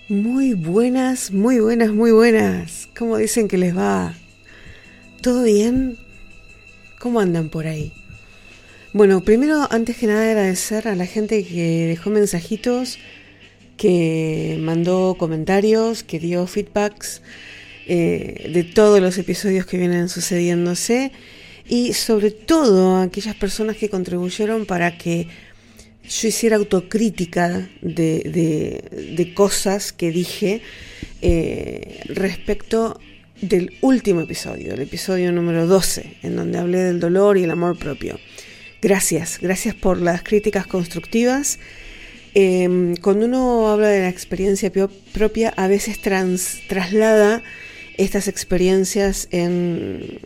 Muy buenas, muy buenas, muy buenas. ¿Cómo dicen que les va? ¿Todo bien? ¿Cómo andan por ahí? Bueno, primero, antes que nada, agradecer a la gente que dejó mensajitos, que mandó comentarios, que dio feedbacks de todos los episodios que vienen sucediéndose y sobre todo a aquellas personas que contribuyeron para que yo hiciera autocrítica de cosas que dije respecto del último episodio, el episodio número 12, en donde hablé del dolor y el amor propio. Gracias por las críticas constructivas. Cuando uno habla de la experiencia propia, a veces traslada estas experiencias en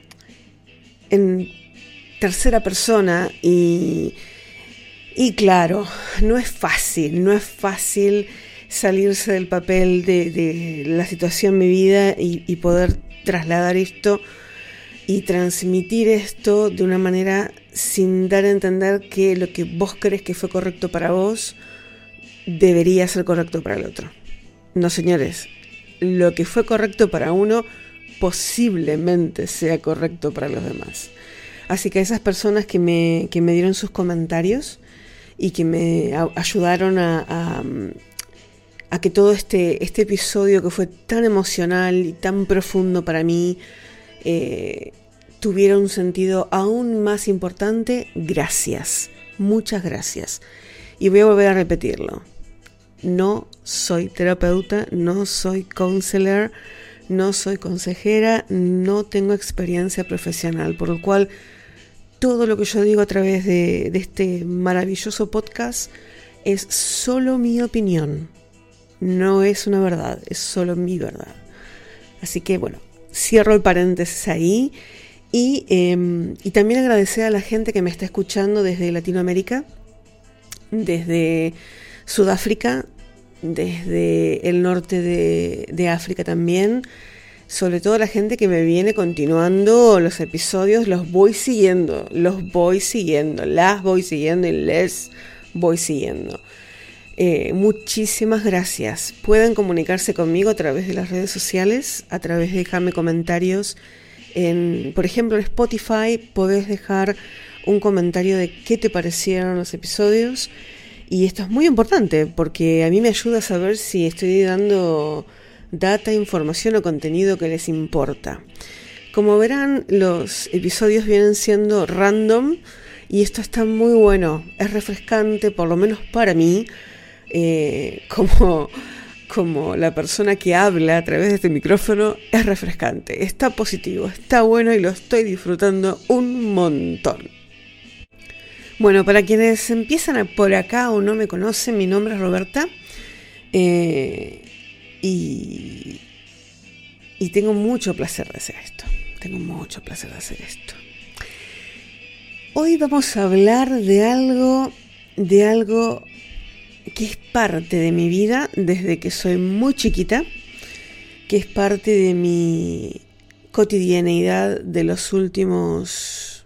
tercera persona y claro, no es fácil salirse del papel de la situación vivida y poder trasladar esto y transmitir esto de una manera sin dar a entender que lo que vos crees que fue correcto para vos debería ser correcto para el otro. No, señores, lo que fue correcto para uno posiblemente sea correcto para los demás. Así que a esas personas que me dieron sus comentarios y que me ayudaron a que todo este episodio que fue tan emocional y tan profundo para mí tuviera un sentido aún más importante, gracias, muchas gracias. Y voy a volver a repetirlo. No soy terapeuta, no soy counselor, no soy consejera, no tengo experiencia profesional, por lo cual todo lo que yo digo a través de este maravilloso podcast es solo mi opinión. No es una verdad, es solo mi verdad. Así que bueno, cierro el paréntesis ahí. Y también agradecer a la gente que me está escuchando desde Latinoamérica, desde Sudáfrica, desde el norte de África también. Sobre todo la gente que me viene continuando los episodios, las voy siguiendo y les voy siguiendo. Muchísimas gracias. Pueden comunicarse conmigo a través de las redes sociales, a través de dejarme comentarios. Por ejemplo, en Spotify podés dejar un comentario de qué te parecieron los episodios. Y esto es muy importante porque a mí me ayuda a saber si estoy dando data, información o contenido que les importa. Como verán, los episodios vienen siendo random y esto está muy bueno. Es refrescante, por lo menos para mí, como la persona que habla a través de este micrófono, es refrescante. Está positivo, está bueno y lo estoy disfrutando un montón. Bueno, para quienes empiezan por acá o no me conocen, mi nombre es Roberta. Y tengo mucho placer de hacer esto. Hoy vamos a hablar de algo que es parte de mi vida desde que soy muy chiquita, que es parte de mi cotidianeidad de los últimos,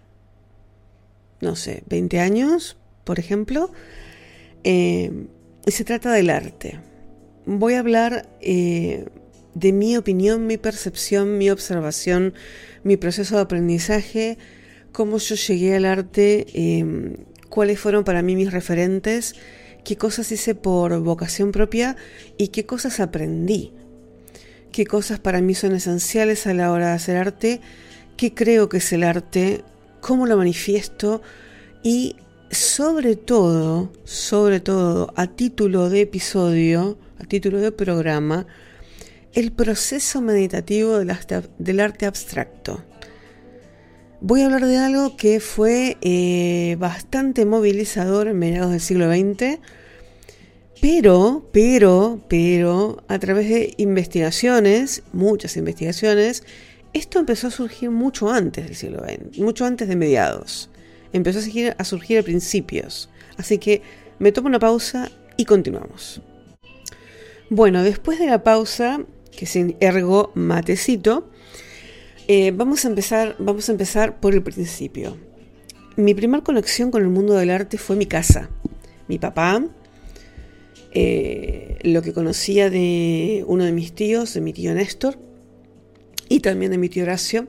20 años, por ejemplo. Y se trata del arte. Voy a hablar de mi opinión, mi percepción, mi observación, mi proceso de aprendizaje, cómo yo llegué al arte, cuáles fueron para mí mis referentes, qué cosas hice por vocación propia y qué cosas aprendí, qué cosas para mí son esenciales a la hora de hacer arte, qué creo que es el arte, cómo lo manifiesto y sobre todo, a título de episodio, a título de programa, el proceso meditativo del arte abstracto. Voy a hablar de algo que fue bastante movilizador en mediados del siglo XX, pero a través de investigaciones, muchas investigaciones, esto empezó a surgir mucho antes del siglo XX, mucho antes de mediados. Empezó a surgir a principios. Así que me tomo una pausa y continuamos. Bueno, después de la pausa, que sin ergo matecito, vamos a empezar por el principio. Mi primer conexión con el mundo del arte fue mi casa. Mi papá lo que conocía de uno de mis tíos, de mi tío Néstor, y también de mi tío Horacio,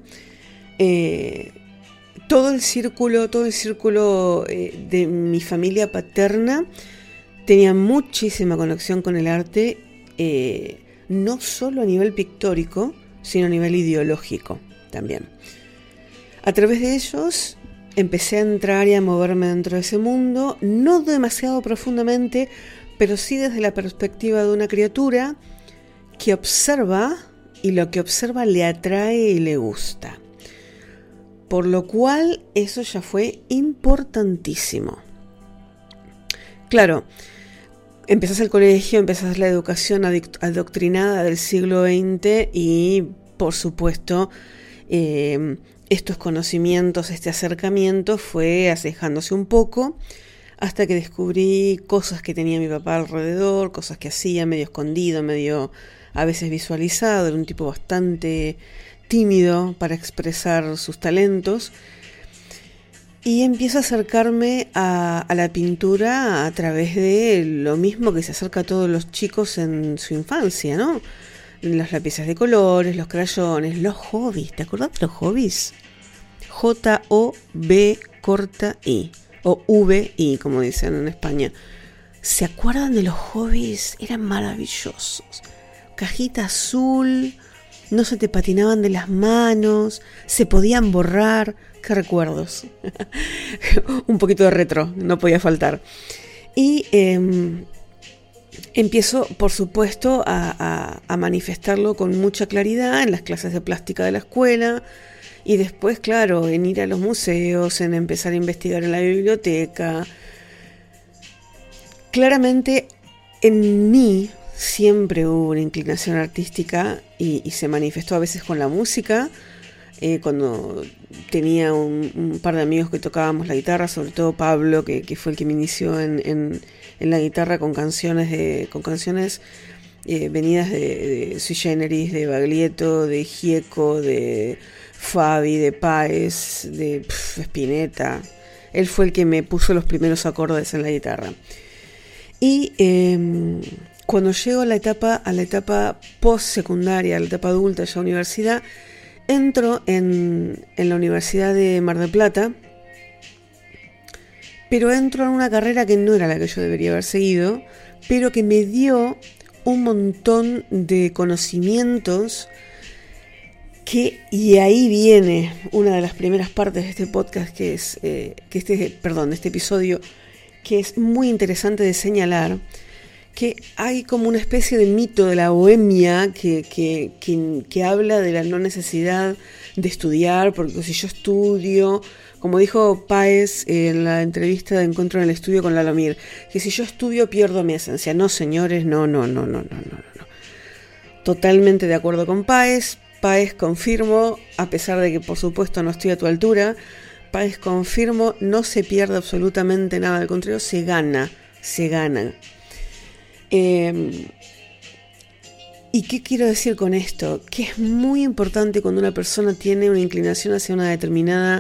todo el círculo de mi familia paterna tenía muchísima conexión con el arte, no solo a nivel pictórico, sino a nivel ideológico también. A través de ellos empecé a entrar y a moverme dentro de ese mundo, no demasiado profundamente, pero sí desde la perspectiva de una criatura que observa, y lo que observa le atrae y le gusta. Por lo cual eso ya fue importantísimo. Claro, empezás el colegio, empezás la educación adoctrinada del siglo XX y, por supuesto, estos conocimientos, este acercamiento fue asejándose un poco hasta que descubrí cosas que tenía mi papá alrededor, cosas que hacía medio escondido, medio a veces visualizado. Era un tipo bastante tímido para expresar sus talentos. Y empiezo a acercarme a la pintura a través de lo mismo que se acerca a todos los chicos en su infancia, ¿no? Los lápices de colores, los crayones, los hobbies. ¿Te acordás de los hobbies? J-O-B-I o V-I, como dicen en España. ¿Se acuerdan de los hobbies? Eran maravillosos. Cajita azul, no se te patinaban de las manos, se podían borrar. ¡Qué recuerdos! Un poquito de retro, no podía faltar. Y empiezo, por supuesto, a manifestarlo con mucha claridad en las clases de plástica de la escuela y después, claro, en ir a los museos, en empezar a investigar en la biblioteca. Claramente, en mí siempre hubo una inclinación artística y se manifestó a veces con la música. Cuando tenía un par de amigos que tocábamos la guitarra, sobre todo Pablo, que fue el que me inició en la guitarra con canciones venidas de Sui Generis, de Baglietto, de Gieco, de Fabi, de Páez, de Spinetta. Él fue el que me puso los primeros acordes en la guitarra. Y cuando llego a la etapa post-secundaria, a la etapa adulta, ya universidad, entro en la Universidad de Mar del Plata, pero entro en una carrera que no era la que yo debería haber seguido, pero que me dio un montón de conocimientos y ahí viene una de las primeras partes de este podcast, que es de este episodio, que es muy interesante de señalar, que hay como una especie de mito de la bohemia que habla de la no necesidad de estudiar, porque si yo estudio, como dijo Páez en la entrevista de Encuentro en el Estudio con Lalo Mir, que si yo estudio pierdo mi esencia. No, señores, no. Totalmente de acuerdo con Páez. Páez, confirmo, a pesar de que por supuesto no estoy a tu altura, Páez, confirmo, no se pierde absolutamente nada, al contrario, se gana. ¿Y qué quiero decir con esto? Que es muy importante cuando una persona tiene una inclinación hacia una determinada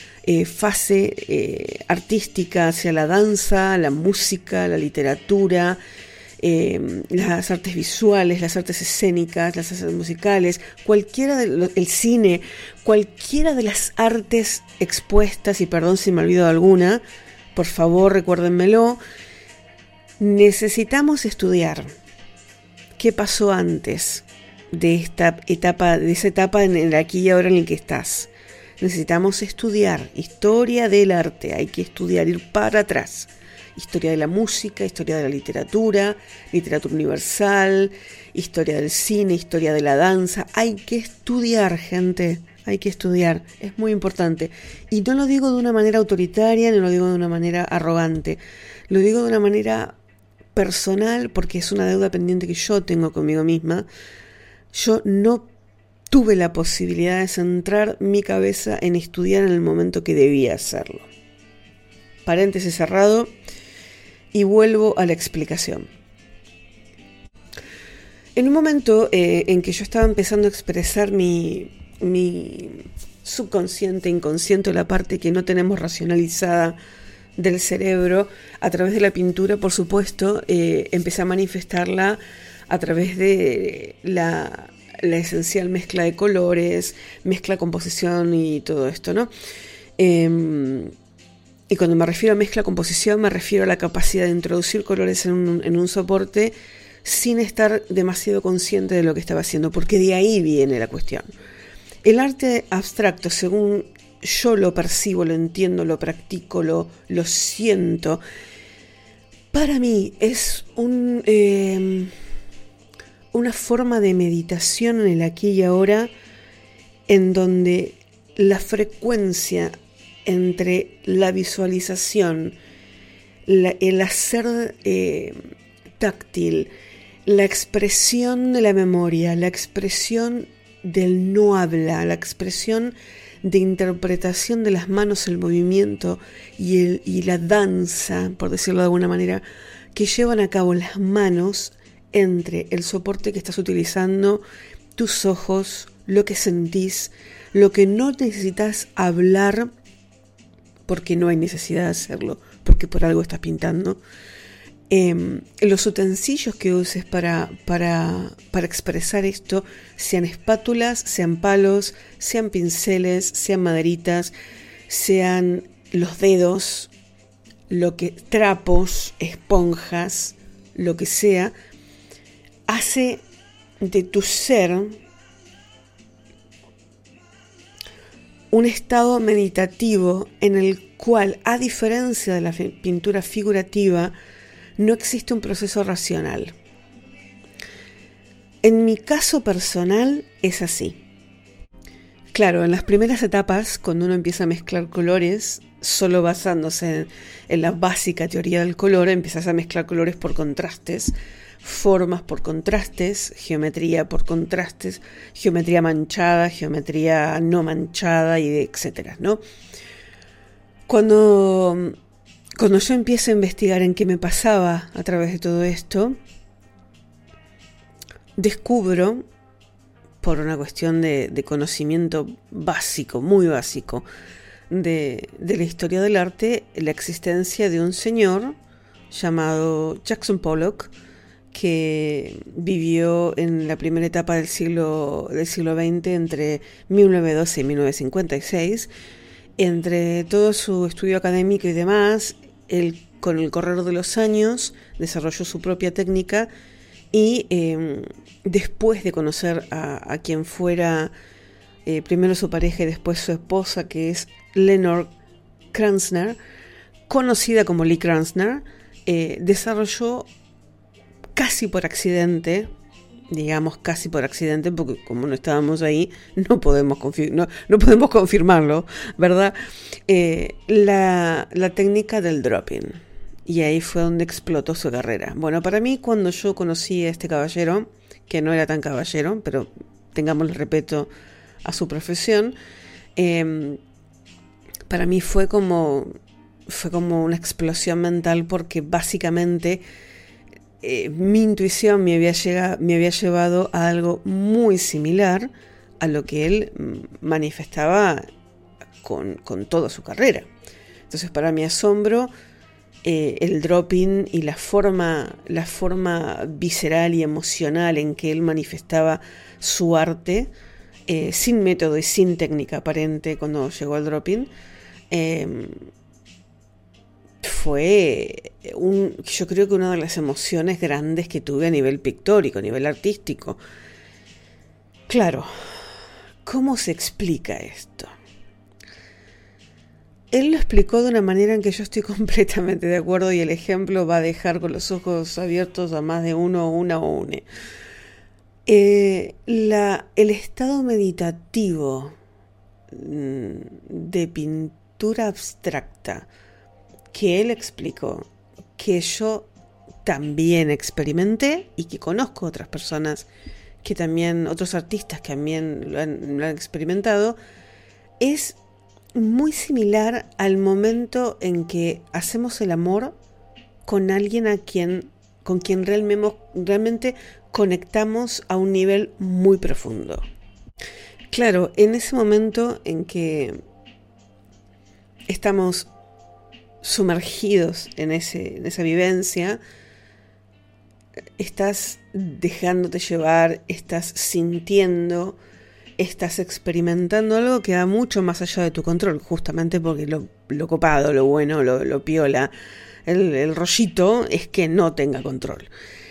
fase artística, hacia la danza, la música, la literatura, las artes visuales, las artes escénicas, las artes musicales, el cine, cualquiera de las artes expuestas, y perdón si me olvido de alguna, por favor recuérdenmelo. Necesitamos estudiar qué pasó antes de esa etapa en el aquí y ahora en el que estás. Necesitamos estudiar historia del arte, hay que estudiar, ir para atrás. Historia de la música, historia de la literatura universal, historia del cine, historia de la danza. Hay que estudiar, gente, hay que estudiar, es muy importante. Y no lo digo de una manera autoritaria, no lo digo de una manera arrogante, lo digo de una manera personal, porque es una deuda pendiente que yo tengo conmigo misma. Yo no tuve la posibilidad de centrar mi cabeza en estudiar en el momento que debía hacerlo. Paréntesis cerrado y vuelvo a la explicación. En un momento en que yo estaba empezando a expresar mi subconsciente, inconsciente, la parte que no tenemos racionalizada del cerebro a través de la pintura, por supuesto, empecé a manifestarla a través de la esencial mezcla de colores, mezcla, composición y todo esto, ¿no? Y cuando me refiero a mezcla, composición, me refiero a la capacidad de introducir colores en un soporte sin estar demasiado consciente de lo que estaba haciendo, porque de ahí viene la cuestión. El arte abstracto, según yo lo percibo, lo entiendo, lo practico, lo siento, para mí es una forma de meditación en el aquí y ahora, en donde la frecuencia entre la visualización, el hacer táctil, la expresión de la memoria, la expresión del no habla, la expresión de interpretación de las manos, el movimiento y la danza, por decirlo de alguna manera, que llevan a cabo las manos entre el soporte que estás utilizando, tus ojos, lo que sentís, lo que no necesitas hablar, porque no hay necesidad de hacerlo, porque por algo estás pintando. Los utensilios que uses para expresar esto, sean espátulas, sean palos, sean pinceles, sean maderitas, sean los dedos, trapos, esponjas, lo que sea, hace de tu ser un estado meditativo en el cual, a diferencia de la pintura figurativa, no existe un proceso racional. En mi caso personal es así. Claro, en las primeras etapas, cuando uno empieza a mezclar colores, solo basándose en la básica teoría del color, empiezas a mezclar colores por contrastes, formas por contrastes, geometría por contrastes, geometría manchada, geometría no manchada, y etcétera, ¿no? Cuando yo empiezo a investigar en qué me pasaba a través de todo esto, descubro, por una cuestión de conocimiento básico, muy básico, de la historia del arte, la existencia de un señor llamado Jackson Pollock, que vivió en la primera etapa del siglo XX, entre 1912 y 1956. Entre todo su estudio académico y demás, él, con el correr de los años, desarrolló su propia técnica y después de conocer a quien fuera primero su pareja y después su esposa, que es Leonore Kranzner, conocida como Lee Kranzner, desarrolló casi por accidente, porque como no estábamos ahí, no podemos confirmarlo, ¿verdad? La técnica del drop-in. Y ahí fue donde explotó su carrera. Bueno, para mí, cuando yo conocí a este caballero, que no era tan caballero, pero tengámosle respeto a su profesión, para mí fue como una explosión mental, porque básicamente mi intuición me había llevado a algo muy similar a lo que él manifestaba con toda su carrera. Entonces, para mi asombro, el drop-in y la forma visceral y emocional en que él manifestaba su arte, sin método y sin técnica aparente cuando llegó al drop-in, fue yo creo que una de las emociones grandes que tuve a nivel pictórico, a nivel artístico. Claro, ¿cómo se explica esto? Él lo explicó de una manera en que yo estoy completamente de acuerdo, y el ejemplo va a dejar con los ojos abiertos a más de uno o una. El estado meditativo de pintura abstracta que él explicó, que yo también experimenté y que conozco otras personas que también, otros artistas que también lo han experimentado, es muy similar al momento en que hacemos el amor con alguien con quien realmente conectamos a un nivel muy profundo. Claro, en ese momento en que estamos sumergidos en esa vivencia, estás dejándote llevar, estás sintiendo, estás experimentando algo que va mucho más allá de tu control, justamente porque lo copado, lo bueno, lo piola, el rollito es que no tenga control.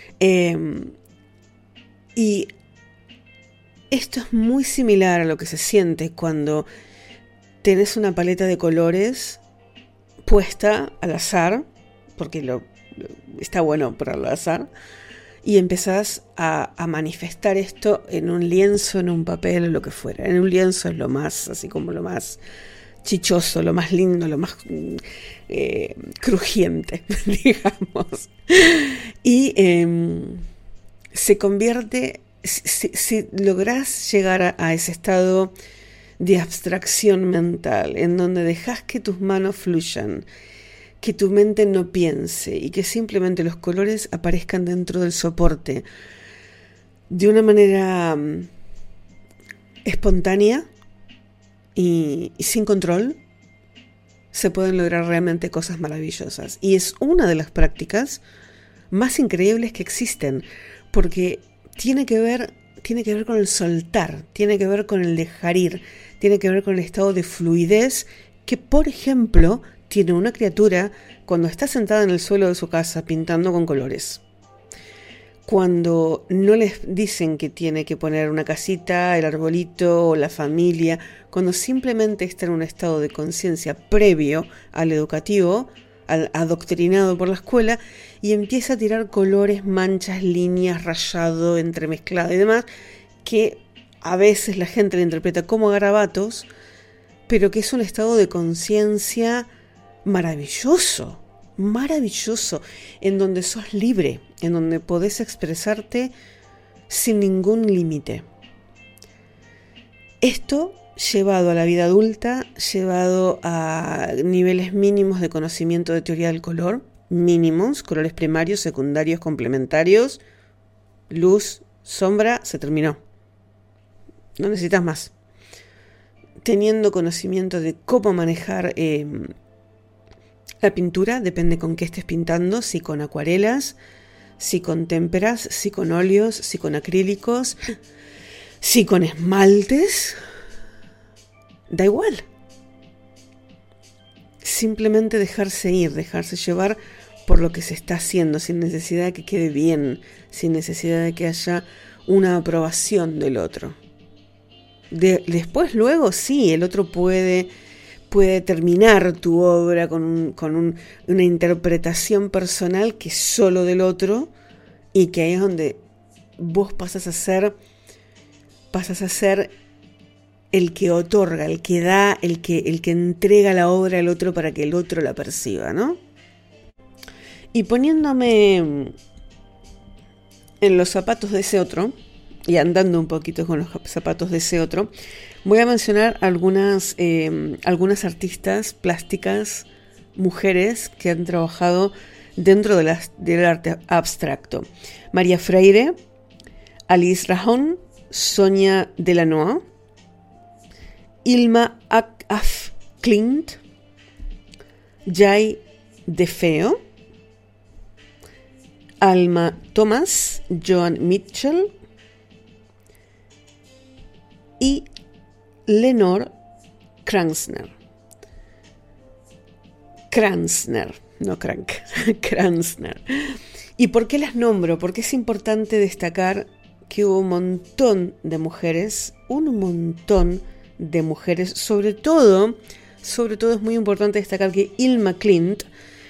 Y esto es muy similar a lo que se siente cuando tenés una paleta de colores puesta al azar, porque está bueno ponerlo al azar, y empezás a manifestar esto en un lienzo, en un papel o lo que fuera. En un lienzo es lo más, así como lo más chichoso, lo más lindo, lo más crujiente, digamos. Y se convierte, si lográs llegar a ese estado de abstracción mental, en donde dejas que tus manos fluyan, que tu mente no piense y que simplemente los colores aparezcan dentro del soporte de una manera espontánea y sin control, se pueden lograr realmente cosas maravillosas. Y es una de las prácticas más increíbles que existen, porque tiene que ver con el soltar, tiene que ver con el dejar ir, tiene que ver con el estado de fluidez que, por ejemplo, tiene una criatura cuando está sentada en el suelo de su casa pintando con colores. Cuando no les dicen que tiene que poner una casita, el arbolito o la familia, cuando simplemente está en un estado de conciencia previo al educativo, al adoctrinado por la escuela, y empieza a tirar colores, manchas, líneas, rayado, entremezclado y demás, que a veces la gente lo interpreta como garabatos, pero que es un estado de conciencia maravilloso, en donde sos libre, en donde podés expresarte sin ningún límite. Esto llevado a la vida adulta, llevado a niveles mínimos de conocimiento de teoría del color, mínimos, colores primarios, secundarios, complementarios, luz, sombra, se terminó. No necesitas más. Teniendo conocimiento de cómo manejar la pintura, depende con qué estés pintando, si con acuarelas, si con témperas, si con óleos, si con acrílicos, si con esmaltes, da igual. Simplemente dejarse ir, dejarse llevar por lo que se está haciendo, sin necesidad de que quede bien, sin necesidad de que haya una aprobación del otro. Después, luego, sí, el otro puede terminar tu obra con una interpretación personal que es solo del otro, y que ahí es donde vos pasas a ser el que otorga, el que da, el que entrega la obra al otro para que el otro la perciba, ¿no? Y poniéndome en los zapatos de ese otro, y andando un poquito con los zapatos de ese otro, voy a mencionar algunas artistas plásticas, mujeres que han trabajado dentro del arte abstracto. María Freire, Alice Rahon, Sonia Delanois, Ilma af Klint, Jay DeFeo, Alma Thomas, Joan Mitchell y Lenore Kranzner. No Crank, Kranzner. ¿Y por qué las nombro? Porque es importante destacar que hubo un montón de mujeres, sobre todo es muy importante destacar que Ilma Klint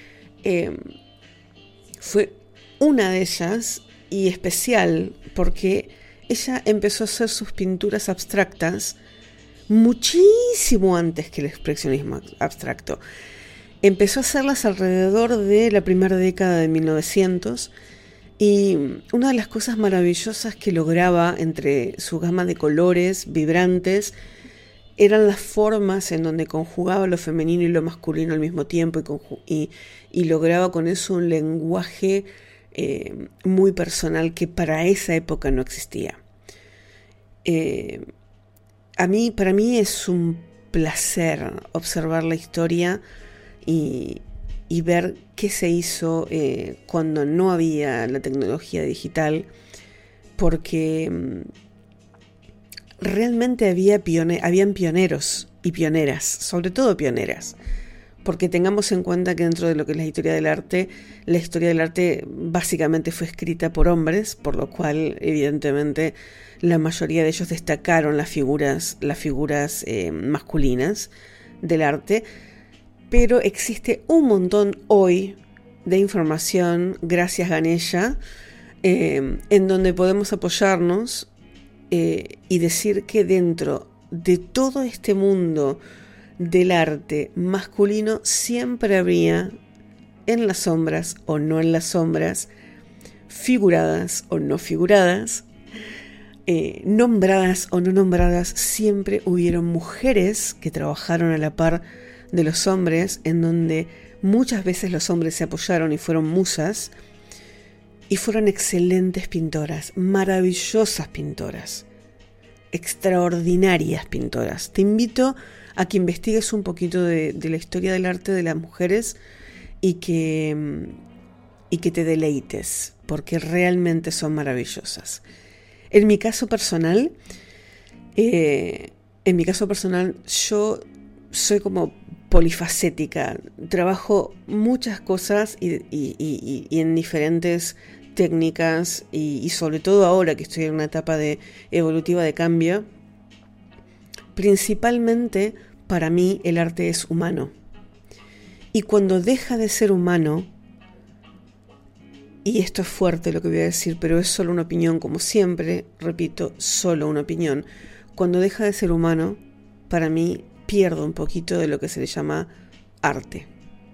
fue una de ellas, y especial porque ella empezó a hacer sus pinturas abstractas muchísimo antes que el expresionismo abstracto. Empezó a hacerlas alrededor de la primera década de 1900, y una de las cosas maravillosas que lograba entre su gama de colores vibrantes eran las formas en donde conjugaba lo femenino y lo masculino al mismo tiempo, y lograba con eso un lenguaje muy personal que para esa época no existía. Para mí es un placer observar la historia y y ver qué se hizo cuando no había la tecnología digital, porque realmente habían pioneros y pioneras, sobre todo pioneras, porque tengamos en cuenta que dentro de lo que es la historia del arte básicamente fue escrita por hombres, por lo cual evidentemente la mayoría de ellos destacaron las figuras masculinas del arte, pero existe un montón hoy de información, gracias Ganesha, en donde podemos apoyarnos y decir que dentro de todo este mundo del arte masculino siempre habría, en las sombras o no en las sombras, figuradas o no figuradas, nombradas o no nombradas, siempre hubieron mujeres que trabajaron a la par de los hombres, en donde muchas veces los hombres se apoyaron y fueron musas, y fueron excelentes pintoras, maravillosas pintoras, extraordinarias pintoras. Te invito a que investigues un poquito de la historia del arte de las mujeres y que te deleites, porque realmente son maravillosas. En mi caso personal, yo soy como polifacética, trabajo muchas cosas y en diferentes técnicas y sobre todo ahora que estoy en una etapa evolutiva de cambio. Principalmente para mí el arte es humano, y cuando deja de ser humano, y esto es fuerte lo que voy a decir, pero es solo una opinión, como siempre, repito, solo una opinión. Cuando deja de ser humano, para mí pierdo un poquito de lo que se le llama arte.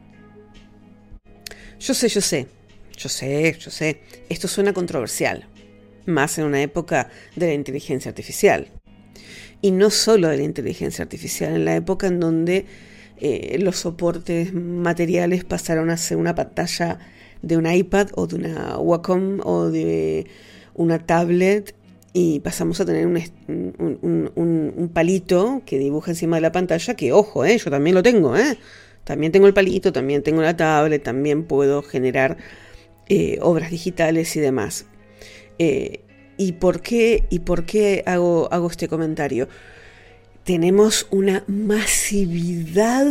Yo sé. Esto suena controversial, más en una época de la inteligencia artificial. Y no solo de la inteligencia artificial, en la época en donde los soportes materiales pasaron a ser una pantalla de un iPad o de una Wacom o de una tablet, y pasamos a tener un palito que dibuja encima de la pantalla, que ojo, yo también lo tengo, también tengo el palito, también tengo la tablet, también puedo generar obras digitales y demás. ¿Y por qué hago este comentario? Tenemos una masividad,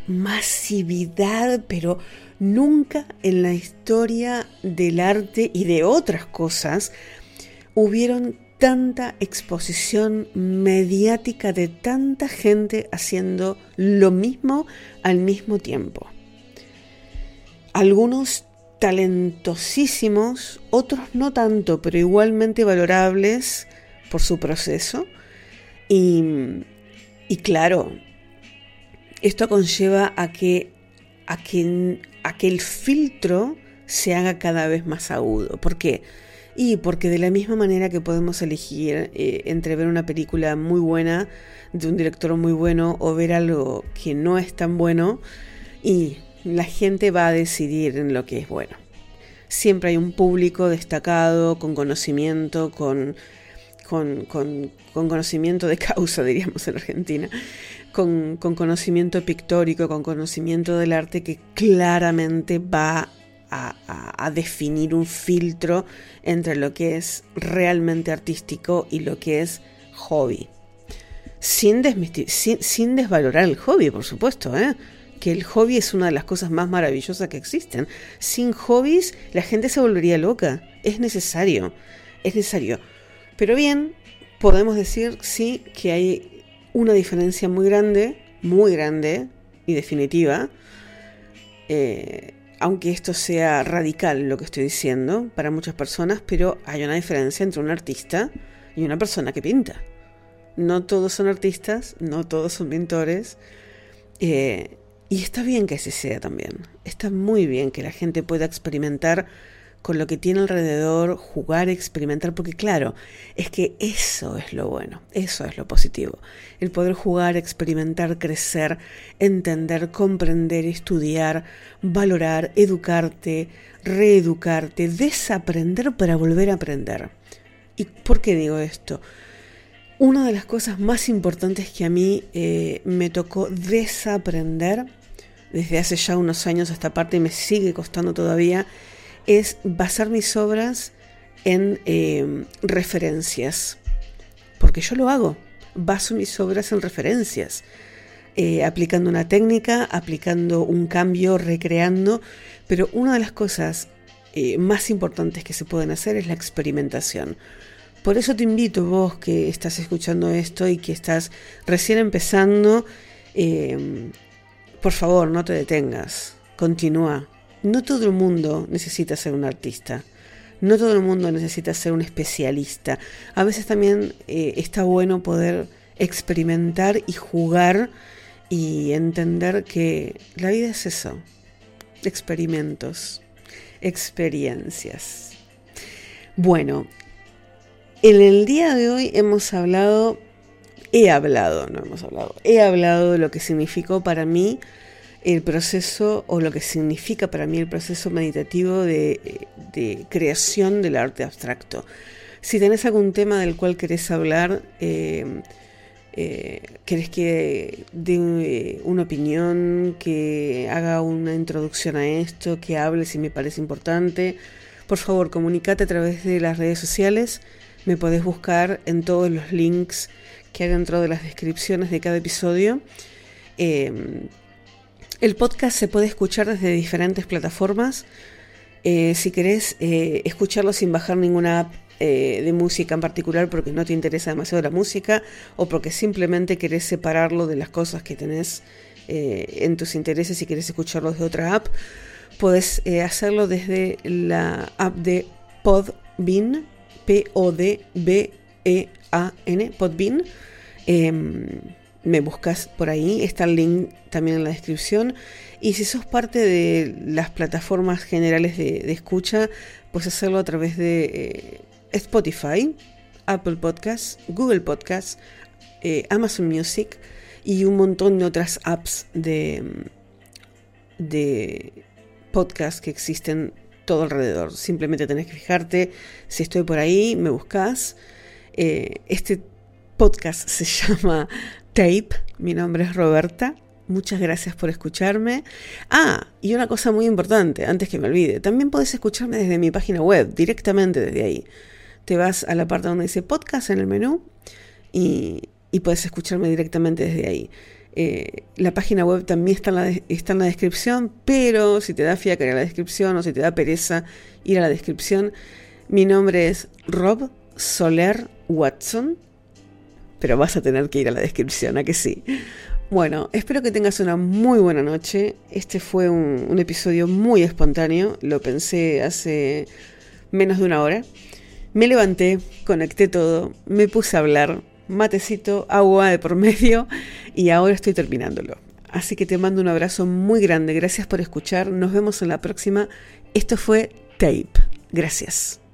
pero nunca en la historia del arte y de otras cosas hubieron tanta exposición mediática de tanta gente haciendo lo mismo al mismo tiempo. Algunos talentosísimos, otros no tanto, pero igualmente valorables por su proceso. Y claro, esto conlleva a que el filtro se haga cada vez más agudo. ¿Por qué? Y porque de la misma manera que podemos elegir entre ver una película muy buena de un director muy bueno o ver algo que no es tan bueno, y la gente va a decidir en lo que es bueno. Siempre hay un público destacado, con conocimiento, con conocimiento de causa, diríamos en Argentina, con conocimiento pictórico, con conocimiento del arte, que claramente va a definir un filtro entre lo que es realmente artístico y lo que es hobby. Sin desvalorar el hobby, por supuesto, que el hobby es una de las cosas más maravillosas que existen. Sin hobbies la gente se volvería loca. Es necesario. Pero bien, podemos decir sí que hay una diferencia muy grande y definitiva, aunque esto sea radical lo que estoy diciendo para muchas personas, pero hay una diferencia entre un artista y una persona que pinta. No todos son artistas, no todos son pintores, y está bien que así sea también. Está muy bien que la gente pueda experimentar con lo que tiene alrededor, jugar, experimentar, porque claro, es que eso es lo bueno, eso es lo positivo. El poder jugar, experimentar, crecer, entender, comprender, estudiar, valorar, educarte, reeducarte, desaprender para volver a aprender. ¿Y por qué digo esto? Una de las cosas más importantes que a mí me tocó desaprender desde hace ya unos años a esta parte y me sigue costando todavía, es basar mis obras en referencias. Porque yo lo hago, baso mis obras en referencias, aplicando una técnica, aplicando un cambio, recreando, pero una de las cosas más importantes que se pueden hacer es la experimentación. Por eso te invito, vos que estás escuchando esto y que estás recién empezando, por favor, no te detengas, continúa. No todo el mundo necesita ser un artista, no todo el mundo necesita ser un especialista. A veces también está bueno poder experimentar y jugar y entender que la vida es eso, experimentos, experiencias. Bueno, en el día de hoy he hablado de lo que significó para mí el proceso, o lo que significa para mí el proceso meditativo de creación del arte abstracto. Si tenés algún tema del cual querés hablar, querés que dé una opinión, que haga una introducción a esto, que hable si me parece importante, por favor comunícate a través de las redes sociales. Me podés buscar en todos los links que hay dentro de las descripciones de cada episodio. El podcast se puede escuchar desde diferentes plataformas. Si querés escucharlo sin bajar ninguna app de música en particular porque no te interesa demasiado la música, o porque simplemente querés separarlo de las cosas que tenés en tus intereses y querés escucharlo desde otra app, podés hacerlo desde la app de Podbean, Podbean, Podbean. Me buscas por ahí, está el link también en la descripción. Y si sos parte de las plataformas generales de escucha, puedes hacerlo a través de Spotify, Apple Podcasts, Google Podcasts, Amazon Music y un montón de otras apps de podcast que existen todo alrededor. Simplemente tenés que fijarte si estoy por ahí, me buscas. Este podcast se llama Tape. Mi nombre es Roberta. Muchas gracias por escucharme. Y una cosa muy importante, antes que me olvide, también podés escucharme desde mi página web, directamente desde ahí. Te vas a la parte donde dice podcast en el menú y puedes escucharme directamente desde ahí. La página web también está en la descripción, pero si te da fiaca ir a la descripción o si te da pereza ir a la descripción, mi nombre es Rob Soler Watson, pero vas a tener que ir a la descripción, ¿a que sí? Bueno, espero que tengas una muy buena noche. Este fue un episodio muy espontáneo, lo pensé hace menos de una hora. Me levanté, conecté todo, me puse a hablar, matecito, agua de por medio y ahora estoy terminándolo. Así que te mando un abrazo muy grande, gracias por escuchar, nos vemos en la próxima. Esto fue Tape, gracias.